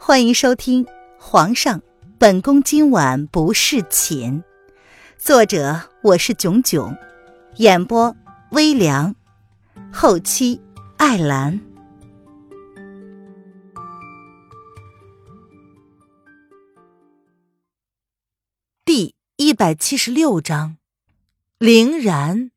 欢迎收听《皇上，本宫今晚不侍寝》，作者我是囧囧，演播微凉，后期艾兰。第176章，凌然。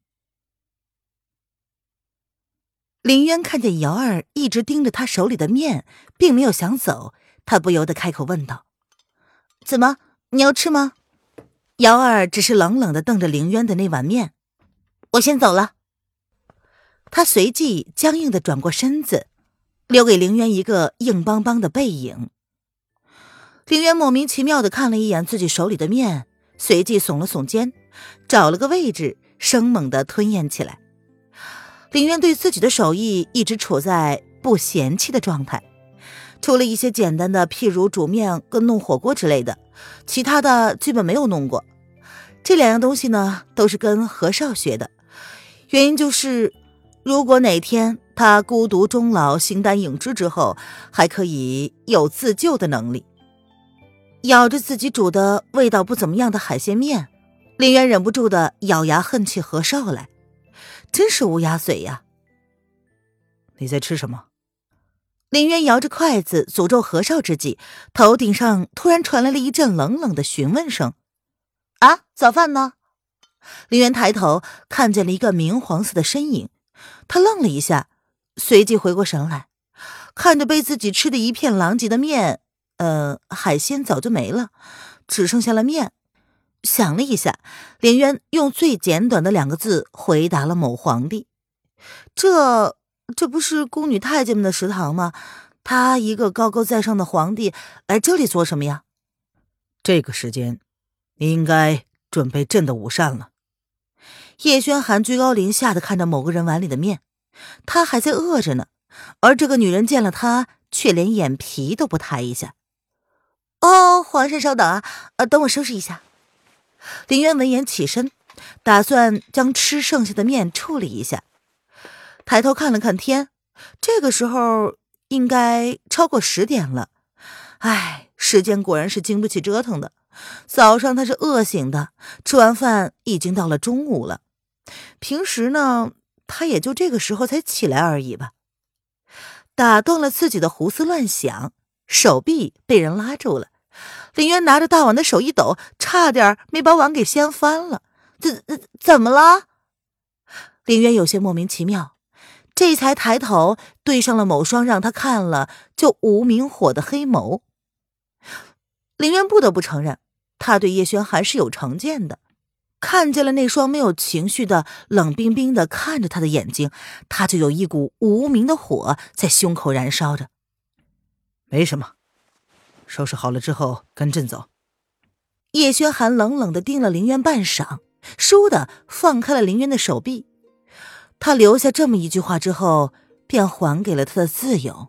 林渊看见瑶儿一直盯着他手里的面，并没有想走，他不由得开口问道：“怎么，你要吃吗？”瑶儿只是冷冷地瞪着凌渊的那碗面：“我先走了。”他随即僵硬地转过身子，留给凌渊一个硬邦邦的背影。凌渊莫名其妙地看了一眼自己手里的面，随即耸了耸肩，找了个位置，生猛地吞咽起来。凌渊对自己的手艺一直处在不嫌弃的状态，除了一些简单的譬如煮面跟弄火锅之类的，其他的基本没有弄过。这两样东西呢，都是跟何少学的，原因就是如果哪天他孤独终老形单影只之后，还可以有自救的能力。咬着自己煮的味道不怎么样的海鲜面，凌渊忍不住的咬牙恨起何少来，真是乌鸦嘴呀！ 你在吃什么？ 凌渊摇着筷子诅咒何少之际，头顶上突然传来了一阵冷冷的询问声：“啊，早饭呢？”凌渊抬头看见了一个明黄色的身影，他愣了一下，随即回过神来，看着被自己吃的一片狼藉的面，海鲜早就没了，只剩下了面。想了一下，凌渊用最简短的2个字回答了某皇帝：“这不是宫女太监们的食堂吗？他一个高高在上的皇帝来这里做什么呀？” 这个时间，你应该准备朕的午膳了。 叶轩寒居高临下的看着某个人碗里的面，他还在饿着呢，而这个女人见了他，却连眼皮都不抬一下。“哦，皇上稍等啊，等我收拾一下。”凌渊闻言起身，打算将吃剩下的面处理一下。抬头看了看天，这个时候应该超过10点了。时间果然是经不起折腾的。早上他是饿醒的，吃完饭已经到了中午了。平时呢，他也就这个时候才起来而已吧。打断了自己的胡思乱想，手臂被人拉住了。凌渊拿着大碗的手一抖，差点没把碗给掀翻了。怎么了？凌渊有些莫名其妙，这才抬头对上了某双让他看了就无名火的黑眸。凌渊不得不承认，他对叶轩寒是有成见的。看见了那双没有情绪的冷冰冰的看着他的眼睛，他就有一股无名的火在胸口燃烧着。 没什么，收拾好了之后跟朕走。 叶轩寒冷冷地盯了凌渊半晌，倏地放开了凌渊的手臂。他留下这么一句话之后，便还给了他的自由。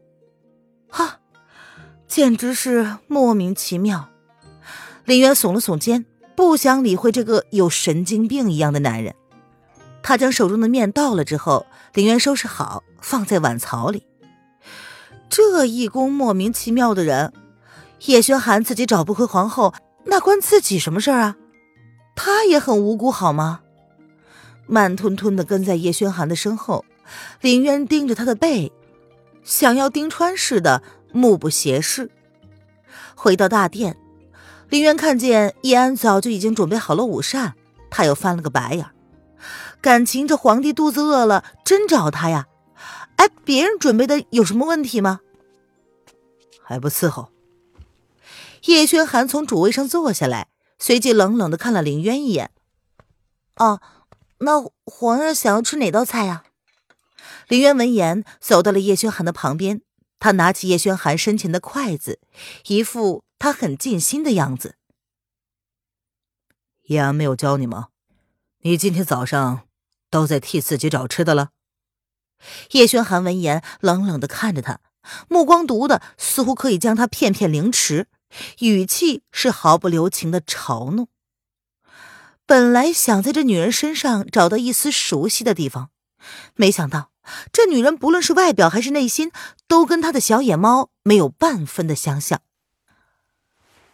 简直是莫名其妙。凌渊耸了耸肩，不想理会这个有神经病一样的男人。他将手中的面倒了之后，凌渊收拾好放在碗槽里。这一宫莫名其妙的人，叶轩寒自己找不回皇后，那关自己什么事啊？他也很无辜好吗？慢吞吞地跟在叶轩寒的身后，凌渊盯着他的背，想要盯穿似的，目不斜视。回到大殿，凌渊看见叶安早就已经准备好了午膳，他又翻了个白眼。感情这皇帝肚子饿了真找他呀？别人准备的有什么问题吗？ 还不伺候？ 叶轩寒从主位上坐下来，随即冷冷地看了凌渊一眼。那皇上想要吃哪道菜呀？凌渊闻言走到了叶轩寒的旁边，他拿起叶轩寒身前的筷子，一副他很尽心的样子。 叶安没有教你吗？你今天早上都在替自己找吃的了？ 叶轩寒闻言冷冷地看着他，目光毒的似乎可以将他片片凌迟，语气是毫不留情的嘲弄。本来想在这女人身上找到一丝熟悉的地方，没想到这女人不论是外表还是内心，都跟她的小野猫没有半分的相像。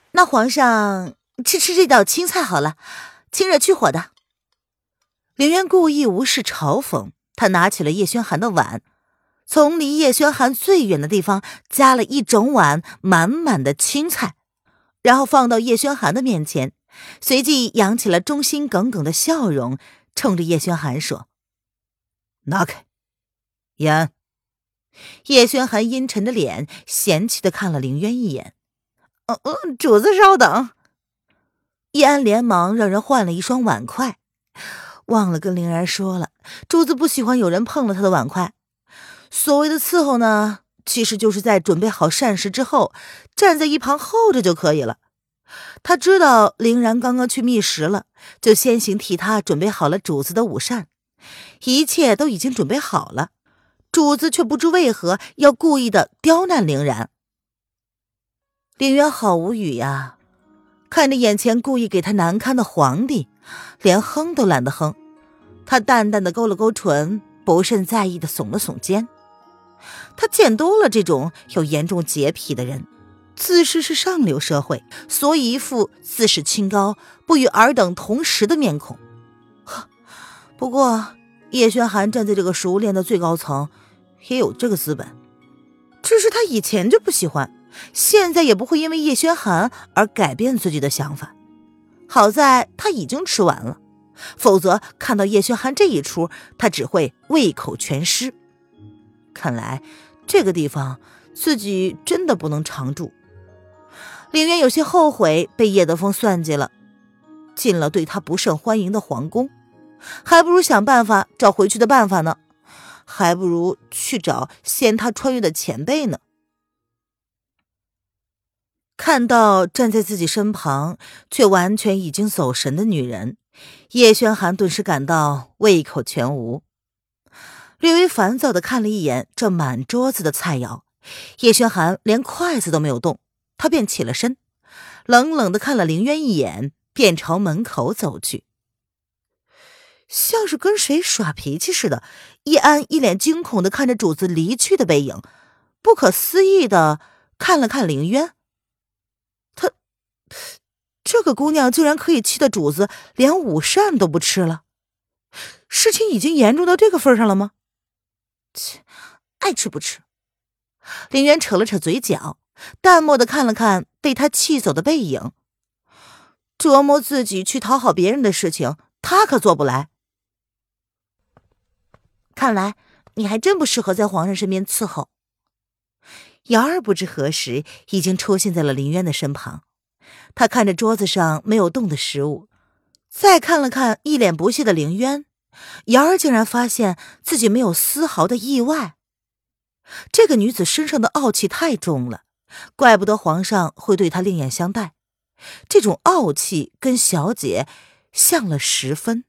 那皇上吃这道青菜好了，清热去火的。凌渊故意无视嘲讽，他拿起了叶轩寒的碗，从离叶轩寒最远的地方夹了一整碗满满的青菜，然后放到叶轩寒的面前，随即扬起了忠心耿耿的笑容，冲着叶轩寒说： 拿开。叶安。 叶轩寒阴沉着脸，嫌弃地看了凌渊一眼。主子稍等。叶安连忙让人换了一双碗筷，忘了跟凌然说了，主子不喜欢有人碰了他的碗筷。所谓的伺候呢，其实就是在准备好膳食之后，站在一旁候着就可以了。他知道凌然刚刚去觅食了，就先行替他准备好了主子的午膳，一切都已经准备好了，主子却不知为何要故意的刁难凌然。凌渊好无语呀，看着眼前故意给他难堪的皇帝，连哼都懒得哼。他淡淡的勾了勾唇，不甚在意的耸了耸肩。他见多了这种有严重洁癖的人，自视是上流社会，所以一副自视清高，不与尔等同时的面孔。不过叶轩寒站在这个食物链的最高层，也有这个资本。只是他以前就不喜欢，现在也不会因为叶轩寒而改变自己的想法。好在他已经吃完了，否则看到叶轩寒这一出，他只会胃口全失。看来这个地方自己真的不能常住。凌渊有些后悔被叶德风算计了，进了对他不甚欢迎的皇宫，还不如想办法找回去的办法呢，还不如去找先他穿越的前辈呢。看到站在自己身旁却完全已经走神的女人，叶轩寒顿时感到胃口全无。略微烦躁地看了一眼这满桌子的菜肴，叶轩寒连筷子都没有动，他便起了身，冷冷地看了凌渊一眼，便朝门口走去。像是跟谁耍脾气似的，叶安一脸惊恐地看着主子离去的背影，不可思议地看了看凌渊。这个姑娘竟然可以气得主子连午膳都不吃了，事情已经严重到这个份上了吗？切，爱吃不吃。凌渊扯了扯嘴角，淡漠地看了看被他气走的背影。折磨自己去讨好别人的事情，他可做不来。看来你还真不适合在皇上身边伺候。瑶儿不知何时已经出现在了凌渊的身旁，他看着桌子上没有动的食物，再看了看一脸不屑的凌渊，瑶儿竟然发现自己没有丝毫的意外。这个女子身上的傲气太重了，怪不得皇上会对她另眼相待，这种傲气跟小姐像了10分。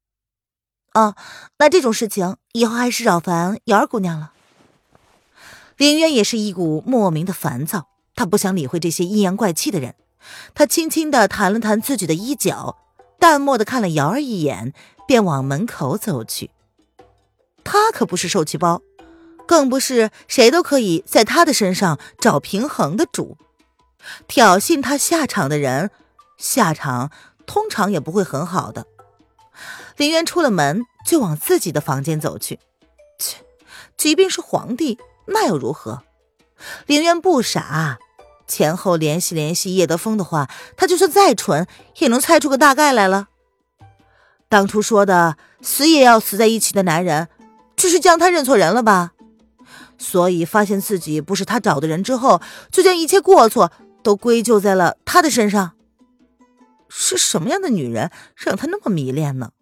那这种事情以后还是扰烦瑶儿姑娘了。凌渊也是一股莫名的烦躁，他不想理会这些阴阳怪气的人。他轻轻地弹了弹自己的衣角，淡漠地看了瑶儿一眼，便往门口走去。他可不是受气包，更不是谁都可以在他的身上找平衡的主。挑衅他下场的人，下场通常也不会很好的。凌渊出了门就往自己的房间走去。切，即便是皇帝那又如何？凌渊不傻，前后联系叶德风的话，他就算再蠢也能猜出个大概来了。当初说的死也要死在一起的男人，只是将他认错人了吧？所以发现自己不是他找的人之后，就将一切过错都归咎在了他的身上。是什么样的女人让他那么迷恋呢？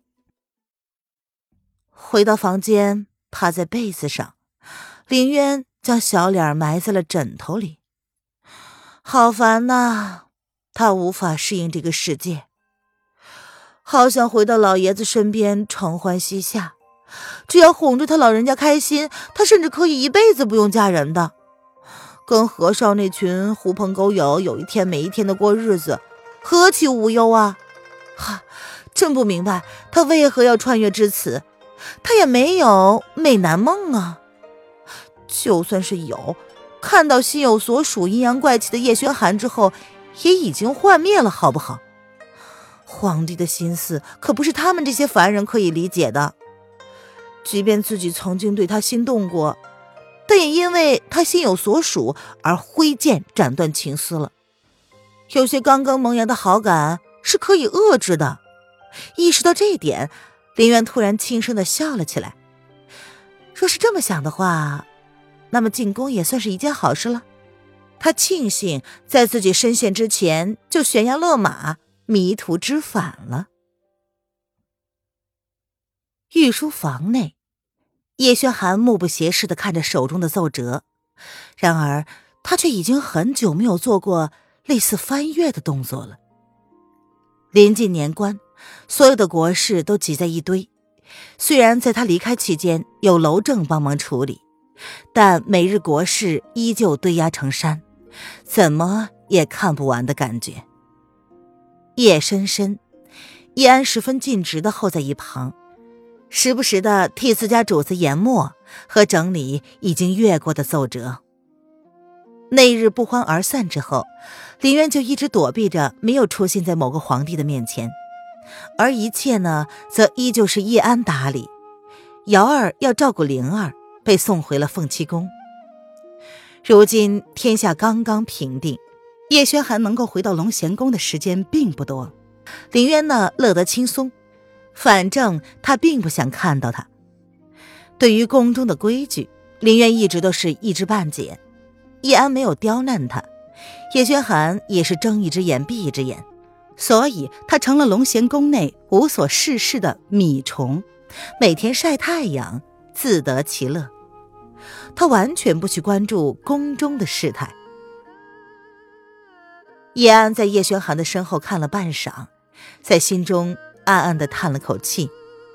回到房间，趴在被子上，凌渊将小脸埋在了枕头里。好烦呐，他无法适应这个世界，好想回到老爷子身边承欢膝下，只要哄着他老人家开心，他甚至可以一辈子不用嫁人的。跟和尚那群狐朋狗友有一天没一天的过日子，何其无忧啊！真不明白他为何要穿越至此，他也没有美男梦啊。就算是有，看到心有所属阴阳怪气的叶轩寒之后， 也已经幻灭了，好不好？皇帝的心思可不是他们这些凡人可以理解的。即便自己曾经对他心动过，但也因为他心有所属而挥剑斩断情丝了。有些刚刚萌芽的好感是可以遏制的。意识到这一点，林渊突然轻声地笑了起来。若是这么想的话，那么进宫也算是一件好事了。他庆幸在自己深陷之前就悬崖勒马，迷途知返了。御书房内，叶轩寒目不斜视地看着手中的奏折，然而他却已经很久没有做过类似翻阅的动作了。临近年关，所有的国事都挤在一堆，虽然在他离开期间有娄正帮忙处理，但每日国事依旧堆压成山，怎么也看不完的感觉。夜深深，叶安十分尽职地候在一旁，时不时地替自家主子研墨和整理已经阅过的奏折。那日不欢而散之后，林渊就一直躲避着，没有出现在某个皇帝的面前，而一切呢，则依旧是叶安打理。瑶儿要照顾灵儿，被送回了凤栖宫。如今天下刚刚平定，叶轩寒能够回到龙贤宫的时间并不多。林渊呢，乐得轻松，反正他并不想看到他。对于宫中的规矩，林渊一直都是一知半解。叶安没有刁难他，叶轩寒也是睁一只眼闭一只眼，所以他成了龙贤宫内无所事事的米虫，每天晒太阳，自得其乐。他完全不去关注宫中的事态。叶安在叶轩寒的身后看了半晌，在心中暗暗地叹了口气。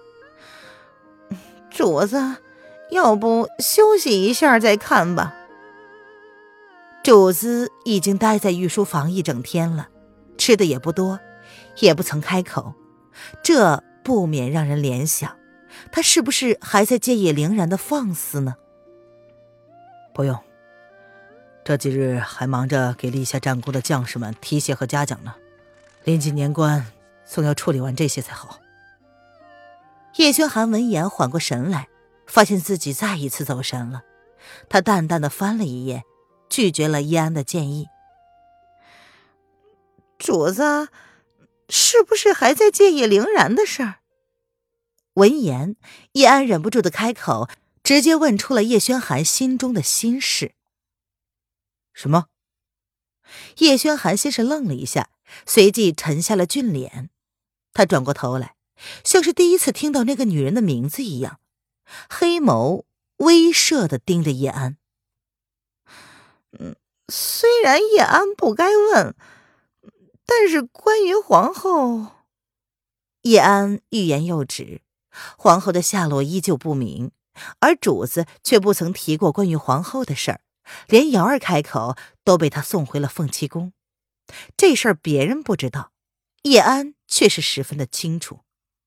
主子，要不休息一下再看吧。主子已经待在御书房一整天了，吃的也不多，也不曾开口，这不免让人联想，他是不是还在借叶凌然的放肆呢？ 不用，这几日还忙着给立下战功的将士们提携和嘉奖呢，临近年关，总要处理完这些才好。 叶轩寒闻言缓过神来，发现自己再一次走神了。他淡淡的翻了一页，拒绝了叶安的建议。主子，是不是还在介叶凌然的事儿？闻言，叶安忍不住的开口，直接问出了叶轩寒心中的心事。 什么？ 叶轩寒先是愣了一下，随即沉下了俊脸。他转过头来，像是第一次听到那个女人的名字一样，黑眸威慑地盯着叶安。虽然叶安不该问，但是关于皇后……叶安欲言又止，皇后的下落依旧不明，而主子却不曾提过关于皇后的事儿，连瑶儿开口都被他送回了凤栖宫。这事儿别人不知道，叶安却是十分的清楚。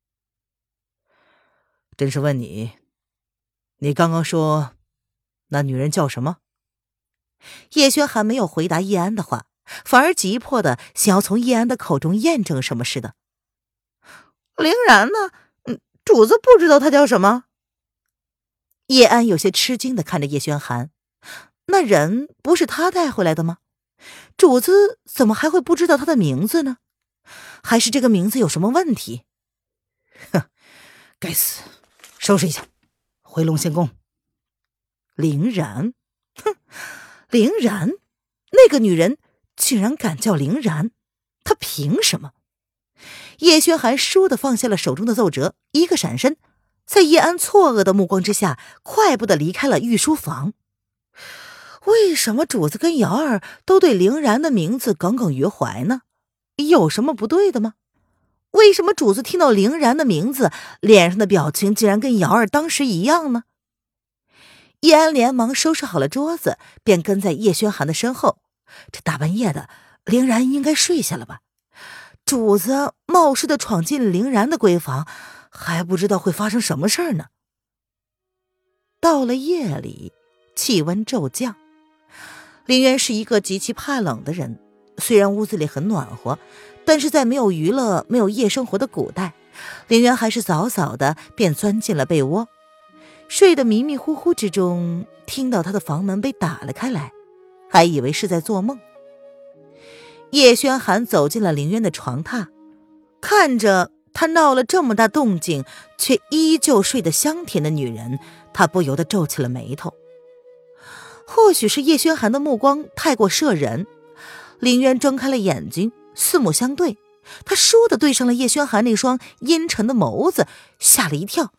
真是问你，你刚刚说那女人叫什么？ 叶轩寒没有回答叶安的话，反而急迫的想要从叶安的口中验证什么似的。凌然呢？主子不知道她叫什么？叶安有些吃惊的看着叶轩寒，那人不是他带回来的吗？主子怎么还会不知道他的名字呢？还是这个名字有什么问题？ 哼，该死，收拾一下，回龙仙宫。 凌然，哼，凌然，那个女人竟然敢叫凌然，她凭什么？叶轩寒倏地放下了手中的奏折，一个闪身，在叶安错愕的目光之下，快步地离开了御书房。为什么主子跟瑶儿都对凌然的名字耿耿于怀呢？有什么不对的吗？为什么主子听到凌然的名字，脸上的表情竟然跟瑶儿当时一样呢？叶安连忙收拾好了桌子，便跟在叶轩寒的身后。这大半夜的，凌然应该睡下了吧？主子冒失的闯进凌然的闺房，还不知道会发生什么事儿呢。到了夜里，气温骤降。林渊是一个极其怕冷的人， 虽然屋子里很暖和，但是在没有娱乐、没有夜生活的古代，林渊还是早早的便钻进了被窝，睡得迷迷糊糊之中，听到他的房门被打了开来，还以为是在做梦。叶轩寒走进了林渊的床榻，看着他闹了这么大动静却依旧睡得香甜的女人，他不由得皱起了眉头。或许是叶轩寒的目光太过摄人，林渊睁开了眼睛，四目相对，他倏地对上了叶轩寒那双阴沉的眸子，吓了一跳。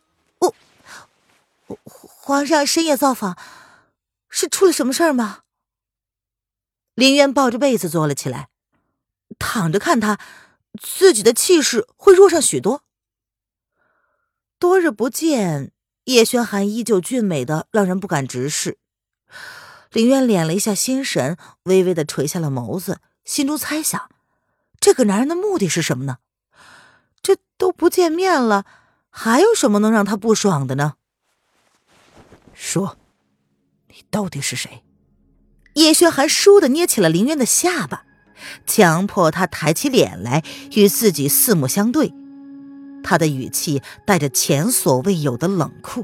皇上深夜造访，是出了什么事儿吗？林渊抱着被子坐了起来，躺着看他，自己的气势会弱上许多。多日不见，叶轩寒依旧俊美的让人不敢直视。林渊敛了一下心神，微微的垂下了眸子，心中猜想，这个男人的目的是什么呢？这都不见面了，还有什么能让他不爽的呢？ 说，你到底是谁？ 叶轩寒倏地捏起了林渊的下巴，强迫他抬起脸来与自己四目相对，他的语气带着前所未有的冷酷。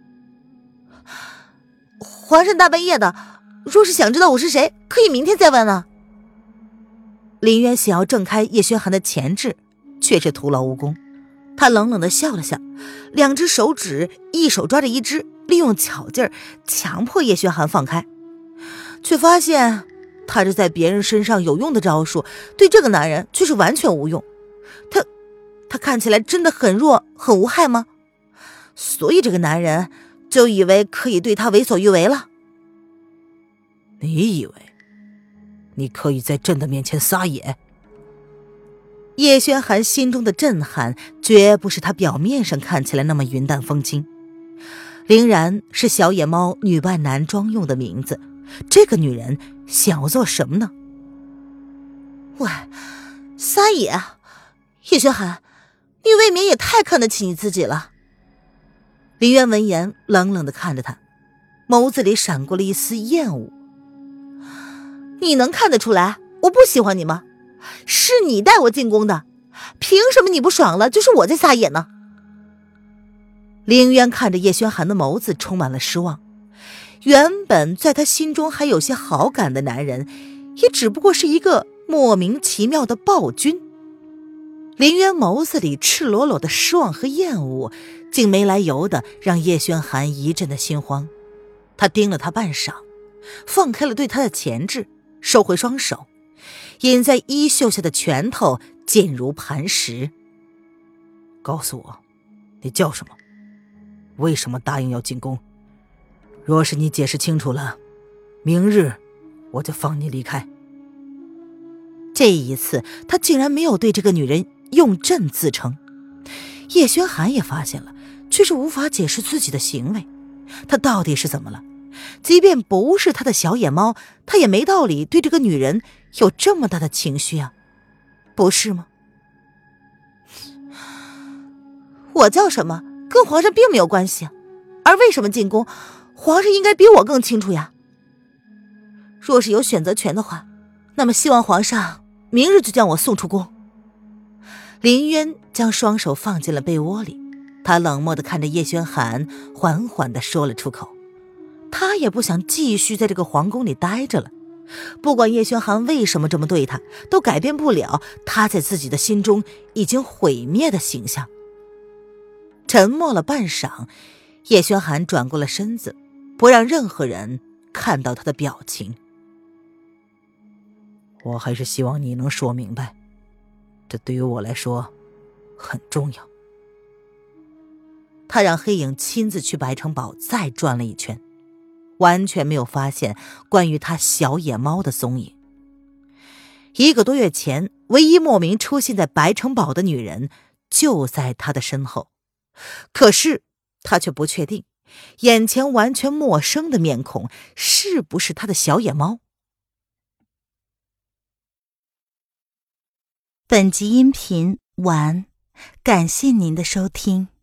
皇上大半夜的，若是想知道我是谁，可以明天再问啊。林渊想要挣开叶轩寒的钳制，却是徒劳无功。他冷冷地笑了笑，两只手指一手抓着一只，利用巧劲儿强迫叶轩寒放开，却发现他这在别人身上有用的招数，对这个男人却是完全无用。他看起来真的很弱很无害吗？所以这个男人就以为可以对他为所欲为了。 你以为你可以在朕的面前撒野？ 叶轩寒心中的震撼绝不是他表面上看起来那么云淡风轻。林然是小野猫女扮男装用的名字，这个女人想要做什么呢？喂，撒野？叶轩寒，你未免也太看得起你自己了。林渊闻言冷冷地看着他，眸子里闪过了一丝厌恶。你能看得出来我不喜欢你吗？是你带我进宫的，凭什么你不爽了就是我在撒野呢？林渊看着叶轩寒的眸子充满了失望，原本在他心中还有些好感的男人，也只不过是一个莫名其妙的暴君。林渊眸子里赤裸裸的失望和厌恶，竟没来由的让叶轩寒一阵的心慌。他盯了他半晌，放开了对他的钳制，收回双手，隐在衣袖下的拳头坚如磐石。 告诉我，你叫什么？为什么答应要进宫？若是你解释清楚了，明日我就放你离开。 这一次他竟然没有对这个女人用朕自称。叶轩寒也发现了，却是无法解释自己的行为。他到底是怎么了？即便不是他的小野猫，他也没道理对这个女人有这么大的情绪啊，不是吗？我叫什么跟皇上并没有关系，而为什么进宫，皇上应该比我更清楚呀。若是有选择权的话，那么希望皇上明日就将我送出宫。林渊将双手放进了被窝里，他冷漠地看着叶轩寒，缓缓地说了出口。他也不想继续在这个皇宫里待着了，不管叶轩寒为什么这么对他，都改变不了他在自己的心中已经毁灭的形象。沉默了半晌，叶轩寒转过了身子，不让任何人看到他的表情。 我还是希望你能说明白，这对于我来说很重要。 他让黑影亲自去白城堡再转了一圈，完全没有发现关于他小野猫的踪影。1个多月前，唯一莫名出现在白城堡的女人就在他的身后，可是他却不确定眼前完全陌生的面孔是不是他的小野猫。 本集音频完，感谢您的收听。